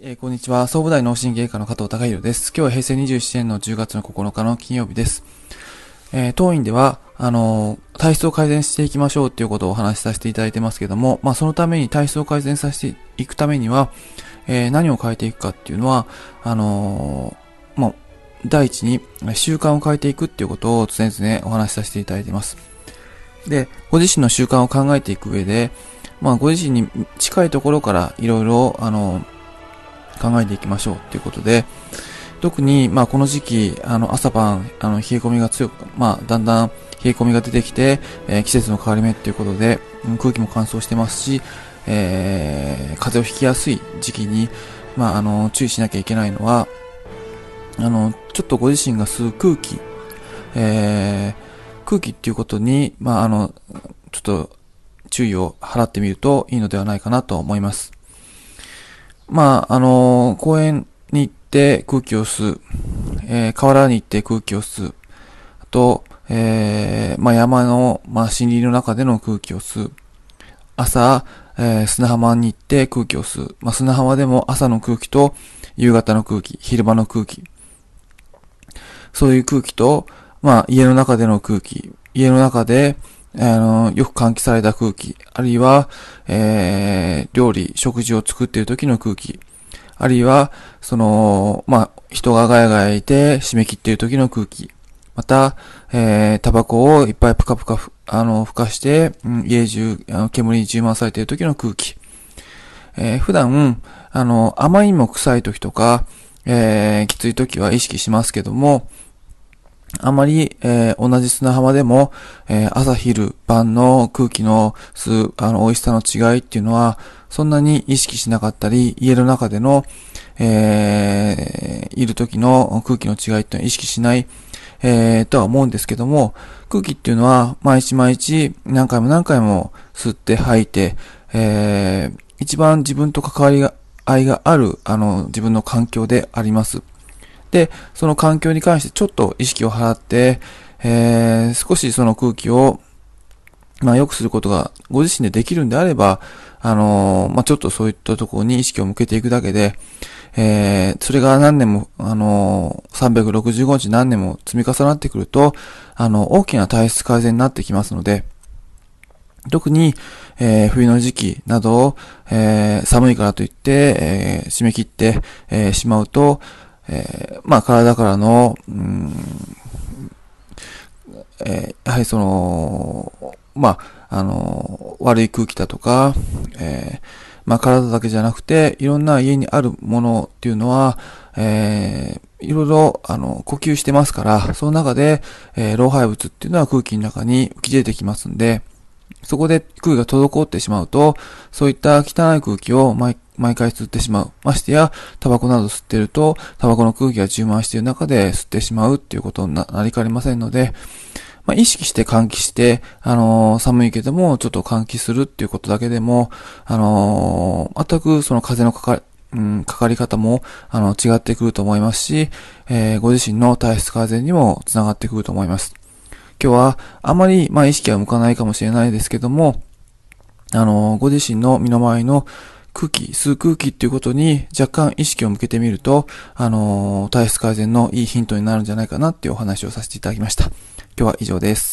こんにちは。総武大脳神経科の加藤孝弘です。今日は平成27年の10月の9日の金曜日です。当院では、体質を改善していきましょうということをお話しさせていただいてますけども、そのために体質を改善させていくためには、何を変えていくかっていうのは、第一に習慣を変えていくっていうことを常々お話しさせていただいています。で、ご自身の習慣を考えていく上で、ご自身に近いところからいろいろ、考えていきましょうということで、特に、この時期、朝晩、冷え込みが強く、だんだん冷え込みが出てきて、季節の変わり目ということで、空気も乾燥してますし、風邪をひきやすい時期に、注意しなきゃいけないのは、ちょっとご自身が吸う空気、空気っていうことに、ちょっと注意を払ってみるといいのではないかなと思います。公園に行って空気を吸う、河原に行って空気を吸う、あと、山の、森林の中での空気を吸う、朝、砂浜に行って空気を吸う、砂浜でも朝の空気と夕方の空気、昼間の空気、そういう空気と、家の中での空気、家の中で、よく換気された空気、あるいは、料理、食事を作っている時の空気、あるいは、人がガヤガヤいて締め切っている時の空気、また、タバコをいっぱいプカプカ吹かして、家中、煙に充満されている時の空気、普段、甘いも臭い時とか、きつい時は意識しますけども、あまり、同じ砂浜でも、朝昼晩の空気の吸う、美味しさの違いっていうのは、そんなに意識しなかったり、家の中での、いる時の空気の違いっていうのは意識しない、とは思うんですけども、空気っていうのは、毎日毎日何回も何回も吸って吐いて、一番自分と関わりが、合いがある、自分の環境であります。で、その環境に関してちょっと意識を払って、少しその空気を、良くすることがご自身でできるんであれば、ちょっとそういったところに意識を向けていくだけで、それが何年も、365日何年も積み重なってくると、大きな体質改善になってきますので、特に、冬の時期などを、寒いからといって、締め切って、しまうと、体からの、やはり悪い空気だとか、体だけじゃなくて、いろんな家にあるものっていうのは、いろいろ、呼吸してますから、その中で、老廃物っていうのは空気の中に浮き出てきますんで、そこで空気が滞ってしまうと、そういった汚い空気を毎回吸ってしまう。ましてや、タバコなど吸ってると、タバコの空気が充満している中で吸ってしまうっていうことになりかねませんので、意識して換気して、寒いけども、ちょっと換気するっていうことだけでも、全くその風のかかり方も、違ってくると思いますし、ご自身の体質改善にもつながってくると思います。今日はあまり、意識は向かないかもしれないですけども、ご自身の身の回りの吸う空気っていうことに若干意識を向けてみると、体質改善のいいヒントになるんじゃないかなっていうお話をさせていただきました。今日は以上です。